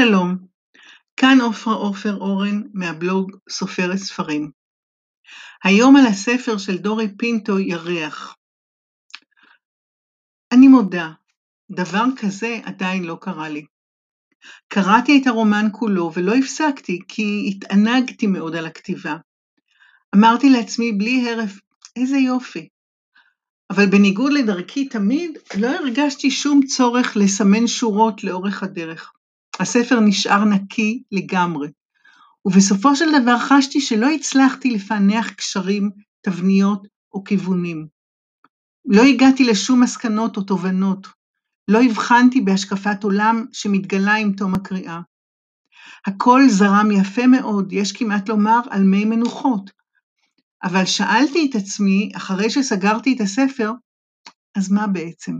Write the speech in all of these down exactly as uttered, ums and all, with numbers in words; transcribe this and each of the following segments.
שלום, כאן עופרה עופר אורן מהבלוג סופרת ספרים. היום על הספר של דורי פינטו ירח. אני מודה, דבר כזה עדיין לא קרה לי. קראתי את הרומן כולו ולא הפסקתי כי התענגתי מאוד על הכתיבה. אמרתי לעצמי בלי הרף, איזה יופי. אבל בניגוד לדרכי תמיד, לא הרגשתי שום צורך לסמן שורות לאורך הדרך. הספר נשאר נקי לגמרי. ובסופו של דבר חשתי שלא הצלחתי לפענח קשרים, תבניות או כיוונים. לא הגעתי לשום מסקנות או תובנות. לא הבחנתי בהשקפת עולם שמתגלה עם תום הקריאה. הכל זרם יפה מאוד, יש כמעט לומר על מי מנוחות. אבל שאלתי את עצמי, אחרי שסגרתי את הספר, אז מה בעצם?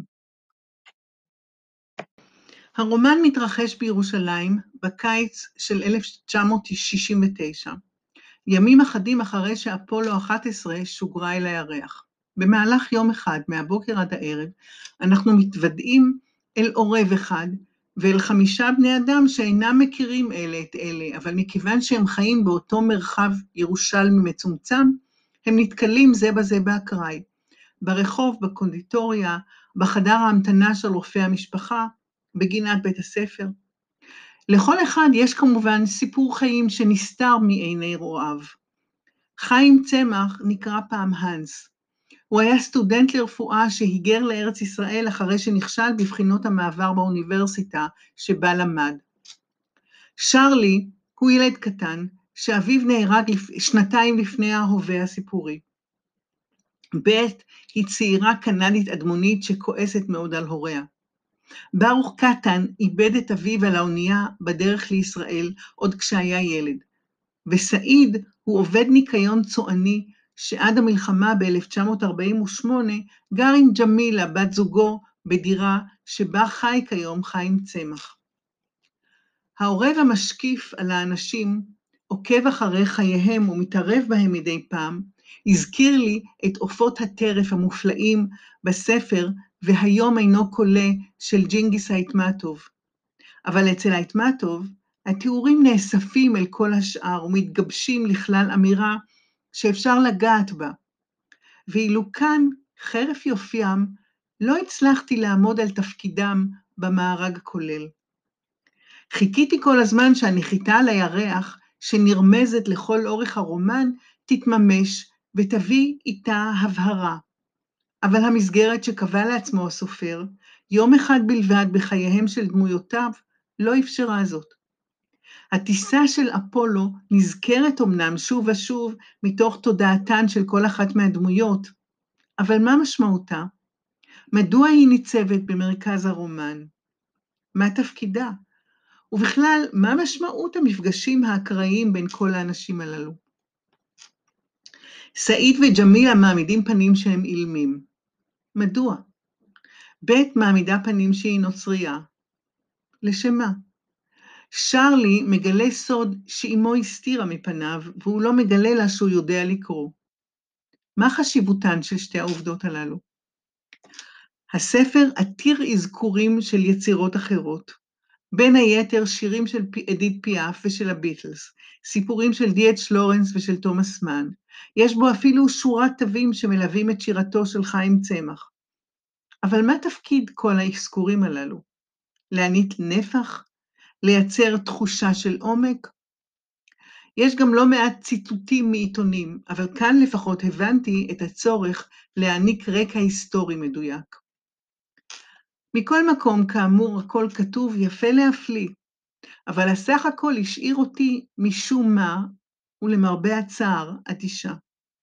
הרומן מתרחש בירושלים בקיץ של אלף תשע מאות שישים ותשע. ימים אחדים אחרי שאפולו אחת עשרה שוגרה אל הירח. במהלך יום אחד, מהבוקר עד הערב, אנחנו מתוודעים אל עורב אחד, ואל חמישה בני אדם שאינם מכירים אלה את אלה, אבל מכיוון שהם חיים באותו מרחב ירושלמי מצומצם, הם נתקלים זה בזה באקראי. ברחוב, בקונדיטוריה, בחדר ההמתנה של רופא המשפחה, בגינת בית הספר. לכל אחד יש כמובן סיפור חיים שנסתר מעיני רואיו. חיים צמח נקרא פעם הנס. הוא היה סטודנט לרפואה שהיגר לארץ ישראל אחרי שנכשל בבחינות המעבר באוניברסיטה שבה למד. שרלי הוא ילד קטן שאביו נהרג שנתיים לפני ההווה הסיפורי. בית היא צעירה קנדית אדמונית שכועסת מאוד על הוריה. ברוך קטן איבד את אביו על האונייה בדרך לישראל עוד כשהיה ילד, וסעיד הוא עובד ניקיון צועני שעד המלחמה ב-אלף תשע מאות ארבעים ושמונה גר עם ג'מילה בת זוגו בדירה שבה חי כיום חיים צמח. העורב המשקיף על האנשים עוקב אחרי חייהם ומתערב בהם מדי פעם, הזכיר לי את עופות הטרף המופלאים בספר והיום אינו קולה של ג'ינגיס האיטמטוב. אבל אצל האיטמטוב, התיאורים נאספים אל כל השאר ומתגבשים לכלל אמירה שאפשר לגעת בה. ואילו כאן, חרף יופיים, לא הצלחתי לעמוד על תפקידם במארג כולל. חיכיתי כל הזמן שהנחיתה על הירח, שנרמזת לכל אורך הרומן, תתממש ותביא איתה הבהרה. אבל המסגרת שקבע לעצמו הסופר, יום אחד בלבד בחייהם של דמויותיו, לא אפשרה זאת. הטיסה של אפולו נזכרת אמנם שוב ושוב מתוך תודעתן של כל אחת מהדמויות, אבל מה משמעותה? מדוע היא ניצבת במרכז הרומן? מה תפקידה? ובכלל, מה משמעות המפגשים האקראיים בין כל האנשים הללו? סעיד וג'מילה מעמידים פנים שהם אילמים. מדוע? בית מעמידה פנים שהיא נוצרייה. לשמה? שרלי מגלה סוד שאימו הסתירה מפניו, והוא לא מגלה לה שהוא יודע לקרוא. מה חשיבותן של שתי העובדות הללו? הספר עתיר אזכורים של יצירות אחרות, בין היתר שירים של אדית פיאף ושל הביטלס, סיפורים של די אץ' לורנס ושל תומאס מן. יש בו אפילו שורת תווים שמלווים את שירתו של חיים צמח. אבל מה תפקיד כל האזכורים הללו? להעניק נפח? לייצר תחושה של עומק? יש גם לא מעט ציטוטים מעיתונים, אבל כאן לפחות הבנתי את הצורך להעניק רקע היסטורי מדויק. מכל מקום, כאמור, הכל כתוב יפה להפליא, אבל הסך הכל השאיר אותי משום מה, ולמרבה הצער, אדישה.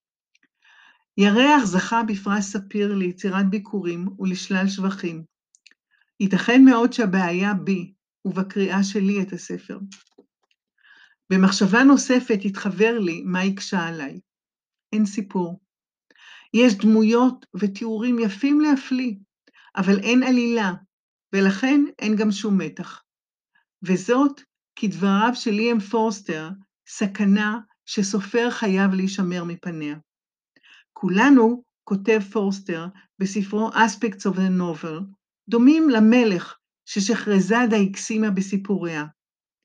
ירח זכה בפרס ספיר ליצירת ביקורים ולשלל שבחים. ייתכן מאוד שהבעיה בי, ובקריאה שלי את הספר. במחשבה נוספת התחבר לי מה יקשה עליי. אין סיפור. יש דמויות ותיאורים יפים להפליא, אבל אין עלילה, ולכן אין גם שום מתח. וזאת, כדבריו של ליאם פורסטר, סכנה שסופר חייב להישמר מפניה. כולנו, כותב פורסטר בספרו Aspects of the Novel, דומים למלך ששחרזאדה הקסימה בסיפוריה.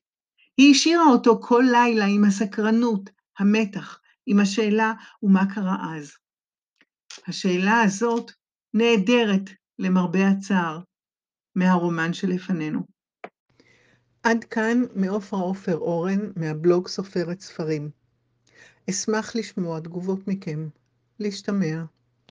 היא השאירה אותו כל לילה עם הסקרנות, המתח, עם השאלה ומה קרה אז. השאלה הזאת נהדרת למרבה הצער מהרומן שלפנינו. עד כאן מעופרה עופר אורן מהבלוג סופרת ספרים. אשמח לשמוע תגובות מכם. להשתמע.